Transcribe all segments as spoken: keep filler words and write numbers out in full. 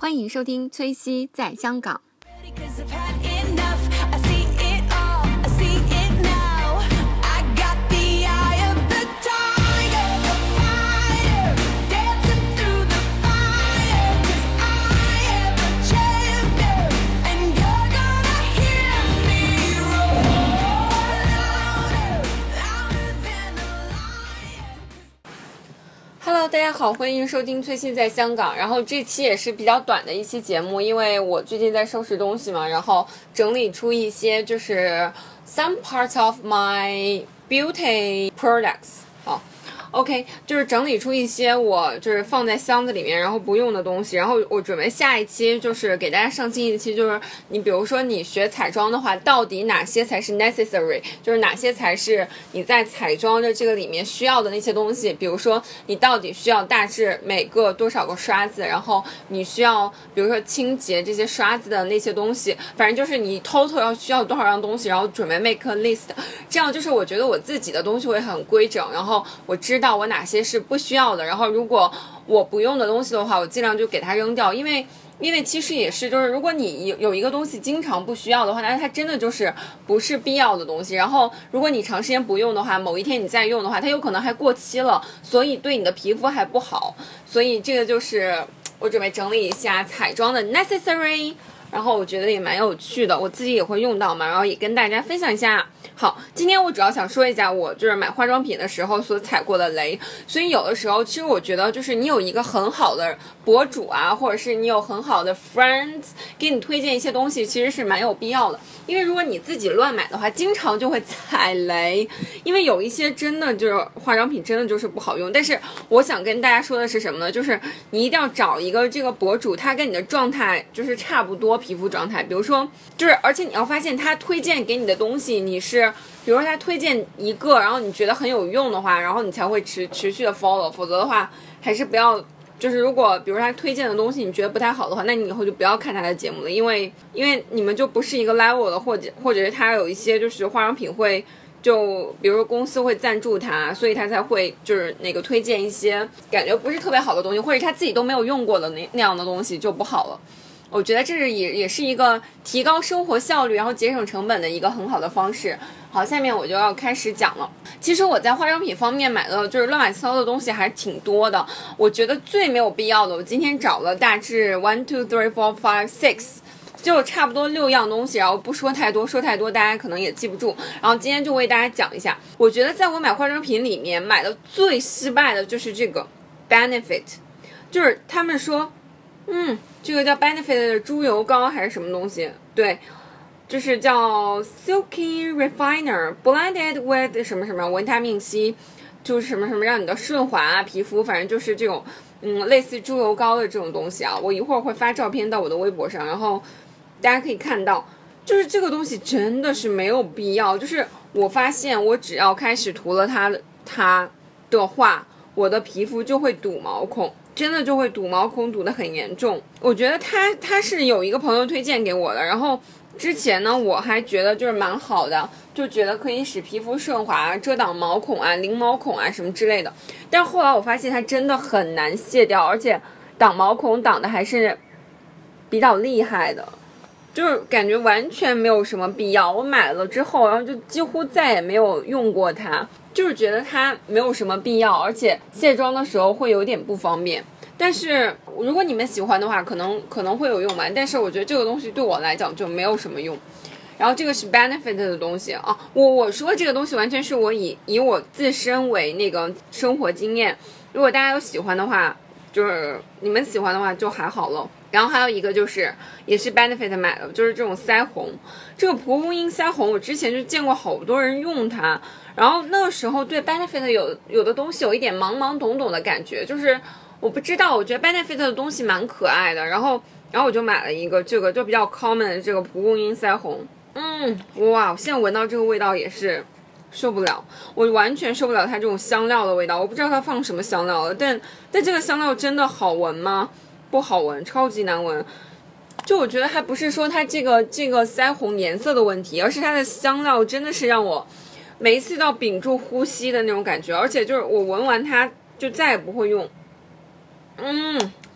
欢迎收听崔西在香港。Hello， 大家好，欢迎收听崔西在香港。然后这期也是比较短的一期节目，因为我最近在收拾东西嘛，然后整理出一些就是 some parts of my beauty products。好。OK， 就是整理出一些我就是放在箱子里面然后不用的东西，然后我准备下一期就是给大家上新一期，就是你比如说你学彩妆的话，到底哪些才是 necessary， 就是哪些才是你在彩妆的这个里面需要的那些东西，比如说你到底需要大致每个多少个刷子，然后你需要比如说清洁这些刷子的那些东西，反正就是你 total 要需要多少样东西，然后准备 make a list， 这样就是我觉得我自己的东西会很规整，然后我知道我哪些是不需要的，然后如果我不用的东西的话，我尽量就给它扔掉，因为因为其实也是就是如果你有一个东西经常不需要的话，那它真的就是不是必要的东西，然后如果你长时间不用的话，某一天你再用的话，它有可能还过期了，所以对你的皮肤还不好，所以这个就是我准备整理一下彩妆的 necessary， 然后我觉得也蛮有趣的，我自己也会用到嘛，然后也跟大家分享一下。好，今天我主要想说一下我就是买化妆品的时候所踩过的雷，所以有的时候其实我觉得就是你有一个很好的博主啊，或者是你有很好的 friends 给你推荐一些东西，其实是蛮有必要的，因为如果你自己乱买的话，经常就会踩雷，因为有一些真的就是化妆品真的就是不好用，但是我想跟大家说的是什么呢，就是你一定要找一个这个博主他跟你的状态就是差不多皮肤状态，比如说就是而且你要发现他推荐给你的东西你是比如说他推荐一个，然后你觉得很有用的话，然后你才会持持续的 follow， 否则的话还是不要，就是如果比如说他推荐的东西你觉得不太好的话，那你以后就不要看他的节目了，因为因为你们就不是一个 level 的，或者或者是他有一些就是化妆品会就比如说公司会赞助他，所以他才会就是那个推荐一些感觉不是特别好的东西，或者他自己都没有用过的那那样的东西就不好了。我觉得这是也也是一个提高生活效率然后节省成本的一个很好的方式。好，下面我就要开始讲了。其实我在化妆品方面买的就是乱七八糟的东西还是挺多的，我觉得最没有必要的我今天找了大致 one two three four five six， 就差不多六样东西，然后不说太多，说太多大家可能也记不住，然后今天就为大家讲一下。我觉得在我买化妆品里面买的最失败的就是这个 Benefit， 就是他们说嗯，这个叫 Benefit 的猪油膏还是什么东西？对，就是叫 Silky Refiner Blended with 什么什么维他命 C， 就是什么什么让你的顺滑啊皮肤，反正就是这种嗯类似猪油膏的这种东西啊。我一会儿会发照片到我的微博上，然后大家可以看到，就是这个东西真的是没有必要。就是我发现我只要开始涂了它它的话，我的皮肤就会堵毛孔。真的就会堵毛孔，堵得很严重。我觉得他他是有一个朋友推荐给我的，然后之前呢我还觉得就是蛮好的，就觉得可以使皮肤顺滑，遮挡毛孔啊、零毛孔啊什么之类的。但是后来我发现它真的很难卸掉，而且挡毛孔挡的还是比较厉害的，就是感觉完全没有什么必要。我买了之后，然后就几乎再也没有用过它。就是觉得它没有什么必要，而且卸妆的时候会有点不方便。但是如果你们喜欢的话，可能可能会有用吧。但是我觉得这个东西对我来讲就没有什么用。然后这个是 Benefit 的东西啊，我我说这个东西完全是我以以我自身为那个生活经验。如果大家有喜欢的话，就是你们喜欢的话就还好了。然后还有一个就是也是 Benefit 买的，就是这种腮红，这个蒲公英腮红我之前就见过好多人用它，然后那个时候对 Benefit 有有的东西有一点懵懵懂懂的感觉，就是我不知道，我觉得 Benefit 的东西蛮可爱的，然后然后我就买了一个这个就比较 common 的这个蒲公英腮红。嗯，哇，我现在闻到这个味道也是受不了，我完全受不了它这种香料的味道，我不知道它放什么香料了，但但这个香料真的好闻吗？不好闻，超级难闻。就我觉得还不是说它这个这个腮红颜色的问题，而是它的香料真的是让我每一次都要屏住呼吸的那种感觉，而且就是我闻完它就再也不会用。嗯，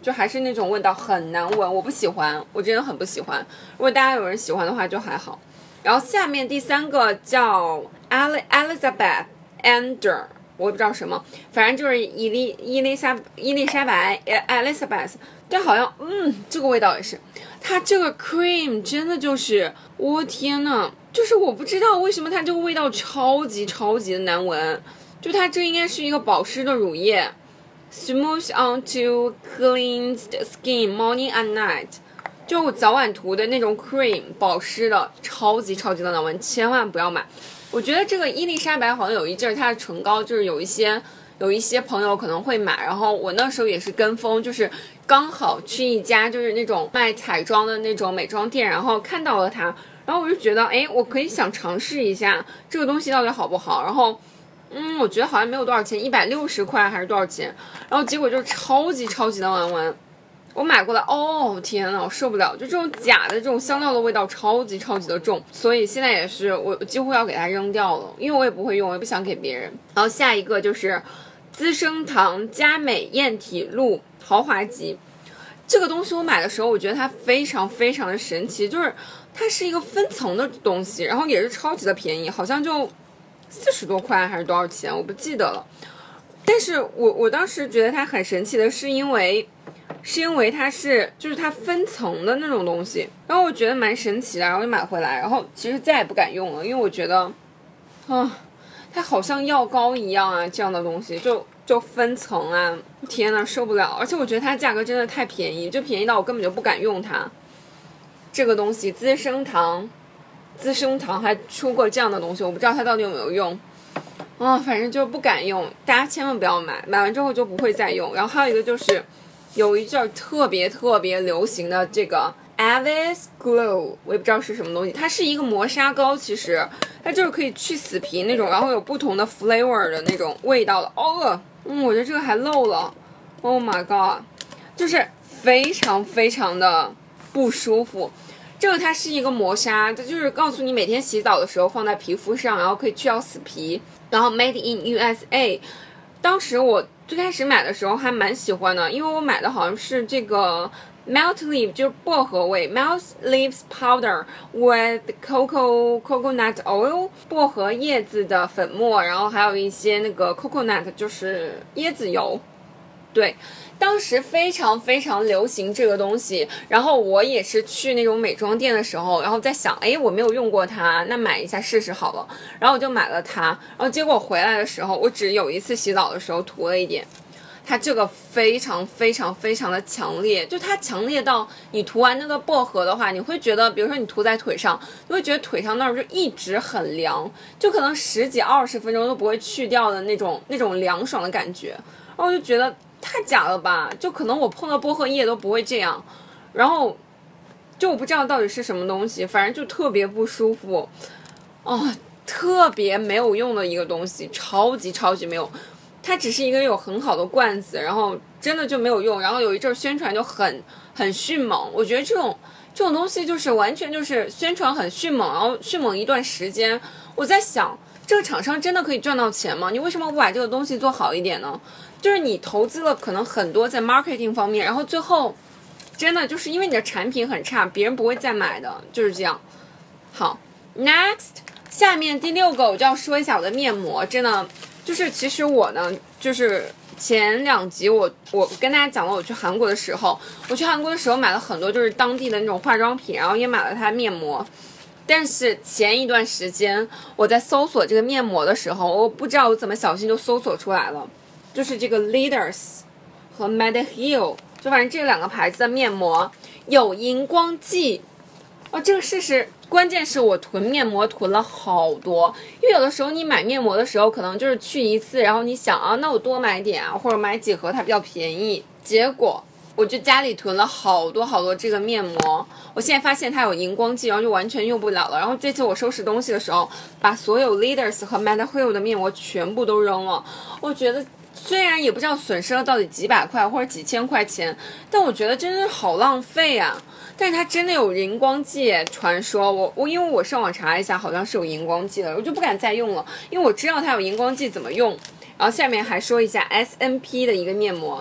就还是那种味道很难闻，我不喜欢，我真的很不喜欢。如果大家有人喜欢的话就还好。然后下面第三个叫 Elizabeth Ander， 我也不知道什么，反正就是伊丽伊丽莎伊丽莎白 Elizabeth， 但好像嗯这个味道也是，它这个 cream 真的就是我天呐，就是我不知道为什么它这个味道超级超级的难闻，就它这应该是一个保湿的乳液。Smooth onto cleansed skin morning and night， 就我早晚涂的那种 cream 保湿的，超级超级的难闻，千万不要买。我觉得这个伊丽莎白好像有一阵儿它的唇膏就是有一些有一些朋友可能会买，然后我那时候也是跟风，就是刚好去一家就是那种卖彩妆的那种美妆店，然后看到了它，然后我就觉得哎，我可以想尝试一下这个东西到底好不好，然后嗯，我觉得好像没有多少钱，一百六十块还是多少钱？然后结果就超级超级的难闻，我买过来，哦天呐，我受不了，就这种假的这种香料的味道超级超级的重，所以现在也是我几乎要给它扔掉了，因为我也不会用，我也不想给别人。然后下一个就是资生堂佳美艳体露豪华级，这个东西我买的时候，我觉得它非常非常的神奇，就是它是一个分层的东西，然后也是超级的便宜，好像就四十多块还是多少钱，我不记得了。但是我我当时觉得它很神奇的是因为是因为它是就是它分层的那种东西，然后我觉得蛮神奇的，然后就买回来，然后其实再也不敢用了，因为我觉得啊，它好像药膏一样啊，这样的东西就就分层啊，天呐，受不了！而且我觉得它价格真的太便宜，就便宜到我根本就不敢用它。这个东西资生堂。资生堂还出过这样的东西，我不知道它到底有没有用啊、哦，反正就不敢用，大家千万不要买，买完之后就不会再用。然后还有一个就是有一阵特别特别流行的这个 Alice Glow， 我也不知道是什么东西，它是一个磨砂膏，其实它就是可以去死皮那种，然后有不同的 flavor 的那种味道的。哦，嗯，我觉得这个还漏了 ，Oh my god， 就是非常非常的不舒服。这个它是一个磨砂，它就是告诉你每天洗澡的时候放在皮肤上，然后可以去掉死皮，然后 Made in U S A。当时我最开始买的时候还蛮喜欢的，因为我买的好像是这个 Melt Leaf， 就是薄荷味 Melt Leaves Powder with Cocoa Coconut Oil， 薄荷叶子的粉末，然后还有一些那个 Coconut 就是椰子油，对。当时非常非常流行这个东西，然后我也是去那种美妆店的时候，然后在想，哎，我没有用过它，那买一下试试好了，然后我就买了它，然后结果回来的时候，我只有一次洗澡的时候涂了一点，它这个非常非常非常的强烈，就它强烈到你涂完那个薄荷的话，你会觉得，比如说你涂在腿上，你会觉得腿上那儿就一直很凉，就可能十几二十分钟都不会去掉的那种那种凉爽的感觉，然后我就觉得。太假了吧，就可能我碰到薄荷叶都不会这样，然后就我不知道到底是什么东西，反正就特别不舒服哦，特别没有用的一个东西，超级超级没有，它只是一个有很好的罐子，然后真的就没有用，然后有一阵宣传就很很迅猛，我觉得这种这种东西就是完全就是宣传很迅猛，然后迅猛一段时间，我在想这个厂商真的可以赚到钱吗？你为什么不把这个东西做好一点呢？就是你投资了可能很多在 marketing 方面，然后最后真的就是因为你的产品很差，别人不会再买的，就是这样。好 ，next， 下面第六个我就要说一下我的面膜，真的就是其实我呢，就是前两集我我跟大家讲了，我去韩国的时候，我去韩国的时候买了很多就是当地的那种化妆品，然后也买了它的面膜。但是前一段时间我在搜索这个面膜的时候，我不知道我怎么小心就搜索出来了。就是这个 Leaders 和 Mediheal， 就反正这两个牌子的面膜有荧光剂哦，这个事实关键是我囤面膜囤了好多，因为有的时候你买面膜的时候可能就是去一次，然后你想啊，那我多买点啊，或者买几盒它比较便宜，结果我就家里囤了好多好多这个面膜，我现在发现它有荧光剂，然后就完全用不了了。然后这次我收拾东西的时候，把所有 Leaders 和 Mediheal 的面膜全部都扔了，我觉得。虽然也不知道损失了到底几百块或者几千块钱，但我觉得真的好浪费啊！但是它真的有荧光剂，传说我我因为我上网查一下，好像是有荧光剂的，我就不敢再用了，因为我知道它有荧光剂怎么用。然后下面还说一下 S N P 的一个面膜，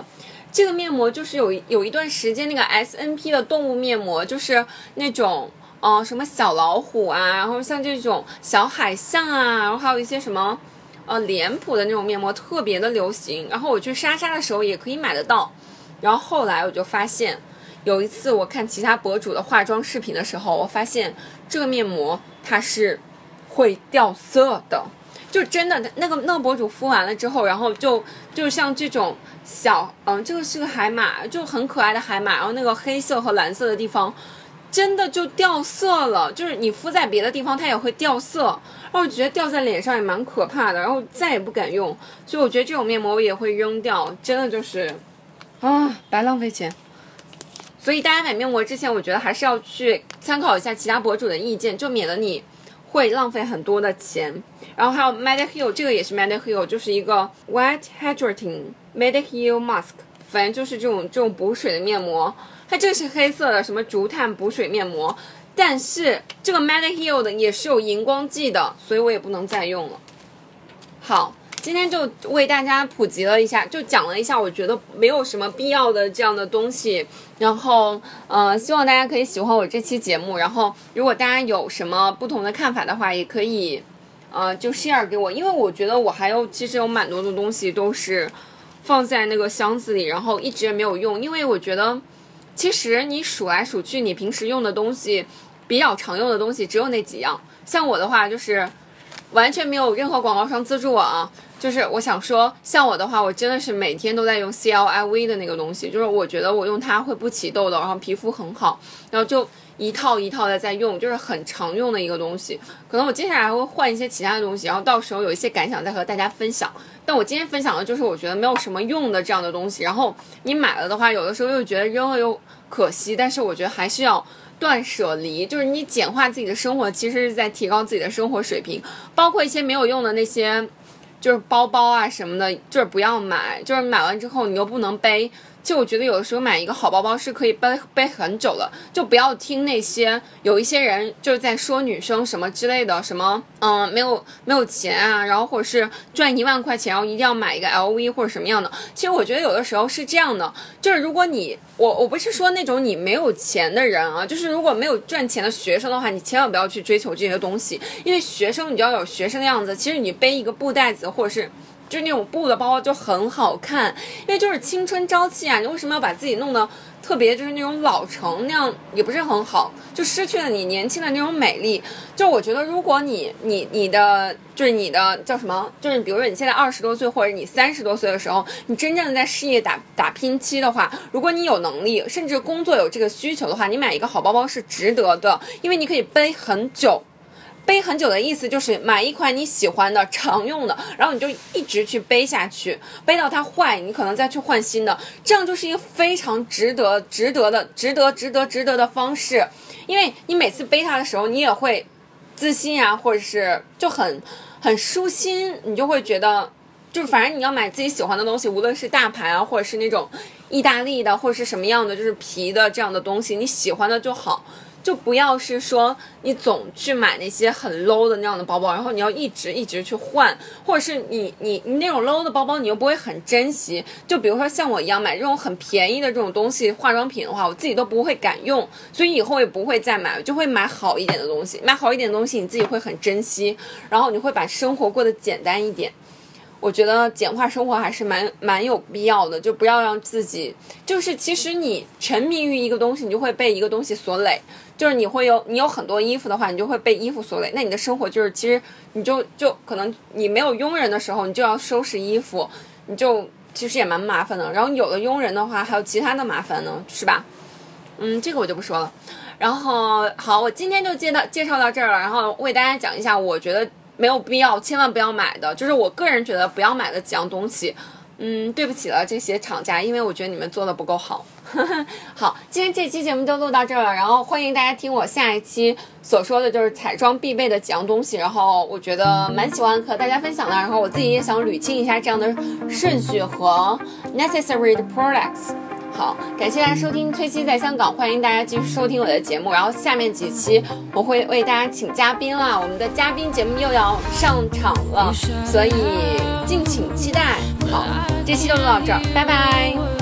这个面膜就是有有一段时间那个 S N P 的动物面膜，就是那种呃什么小老虎啊，然后像这种小海象啊，然后还有一些什么呃脸谱的那种面膜特别的流行，然后我去莎莎的时候也可以买得到。然后后来我就发现，有一次我看其他博主的化妆视频的时候，我发现这个面膜它是会掉色的，就真的那个那个博主敷完了之后，然后就就像这种小嗯，这个是个海马，就很可爱的海马，然后那个黑色和蓝色的地方真的就掉色了，就是你敷在别的地方它也会掉色，然后我觉得掉在脸上也蛮可怕的，然后再也不敢用，所以我觉得这种面膜我也会扔掉，真的就是啊，白浪费钱。所以大家买面膜之前，我觉得还是要去参考一下其他博主的意见，就免得你会浪费很多的钱。然后还有 Mediheal， 这个也是 Mediheal， 就是一个 Wet Hydrating Mediheal Mask， 反正就是这种这种补水的面膜。它这个是黑色的，什么竹炭补水面膜，但是这个 Mediheal 的也是有荧光剂的，所以我也不能再用了。好。今天就为大家普及了一下，就讲了一下我觉得没有什么必要的这样的东西，然后呃，希望大家可以喜欢我这期节目，然后如果大家有什么不同的看法的话，也可以呃就 share 给我，因为我觉得我还有其实有蛮多的东西都是放在那个箱子里，然后一直也没有用，因为我觉得其实你数来数去，你平时用的东西比较常用的东西只有那几样，像我的话就是完全没有任何广告商资助我啊。就是我想说，像我的话，我真的是每天都在用 C L I V 的那个东西，就是我觉得我用它会不起痘痘，然后皮肤很好，然后就一套一套的在用，就是很常用的一个东西。可能我接下来还会换一些其他的东西，然后到时候有一些感想再和大家分享。但我今天分享的就是我觉得没有什么用的这样的东西，然后你买了的话，有的时候又觉得扔了又可惜，但是我觉得还是要断舍离，就是你简化自己的生活，其实是在提高自己的生活水平，包括一些没有用的那些就是包包啊什么的，就是不要买，就是买完之后你又不能背。就我觉得有的时候买一个好包包是可以背背很久的，就不要听那些有一些人就是在说女生什么之类的，什么嗯没有没有钱啊，然后或者是赚一万块钱，然后一定要买一个 L V 或者什么样的。其实我觉得有的时候是这样的，就是如果你我我不是说那种你没有钱的人啊，就是如果没有赚钱的学生的话，你千万不要去追求这些东西，因为学生你就要有学生的样子。其实你背一个布袋子或者是就是那种布的包包就很好看，因为就是青春朝气啊，你为什么要把自己弄得特别就是那种老成，那样也不是很好，就失去了你年轻的那种美丽。就我觉得如果你你你的就是你的叫什么，就是比如说你现在二十多岁或者你三十多岁的时候，你真正的在事业打打拼期的话，如果你有能力甚至工作有这个需求的话，你买一个好包包是值得的，因为你可以背很久。背很久的意思就是买一款你喜欢的常用的，然后你就一直去背下去，背到它坏你可能再去换新的，这样就是一个非常值得值得的值得值得值得的方式。因为你每次背它的时候你也会自信啊，或者是就很很舒心，你就会觉得就是反正你要买自己喜欢的东西，无论是大牌啊或者是那种意大利的或者是什么样的就是皮的这样的东西，你喜欢的就好，就不要是说你总去买那些很 low 的那样的包包，然后你要一直一直去换，或者是你你你那种 low 的包包你又不会很珍惜。就比如说像我一样买这种很便宜的这种东西化妆品的话，我自己都不会敢用，所以以后也不会再买，就会买好一点的东西。买好一点的东西你自己会很珍惜，然后你会把生活过得简单一点。我觉得简化生活还是蛮蛮有必要的，就不要让自己就是其实你沉迷于一个东西，你就会被一个东西所累，就是你会有你有很多衣服的话，你就会被衣服所累，那你的生活就是其实你就就可能你没有佣人的时候，你就要收拾衣服，你就其实也蛮麻烦的。然后有了佣人的话，还有其他的麻烦呢，是吧？嗯，这个我就不说了。然后好，我今天就介到介绍到这儿了，然后为大家讲一下我觉得没有必要千万不要买的，就是我个人觉得不要买的几样东西。嗯，对不起了这些厂家，因为我觉得你们做的不够好。好，今天这期节目就录到这儿了，然后欢迎大家听我下一期所说的就是彩妆必备的几样东西，然后我觉得蛮喜欢和大家分享的，然后我自己也想捋清一下这样的顺序和 necessary products。好，感谢大家收听崔西在香港，欢迎大家继续收听我的节目，然后下面几期我会为大家请嘉宾啦，我们的嘉宾节目又要上场了，所以敬请期待。好，这期就录到这儿，拜拜。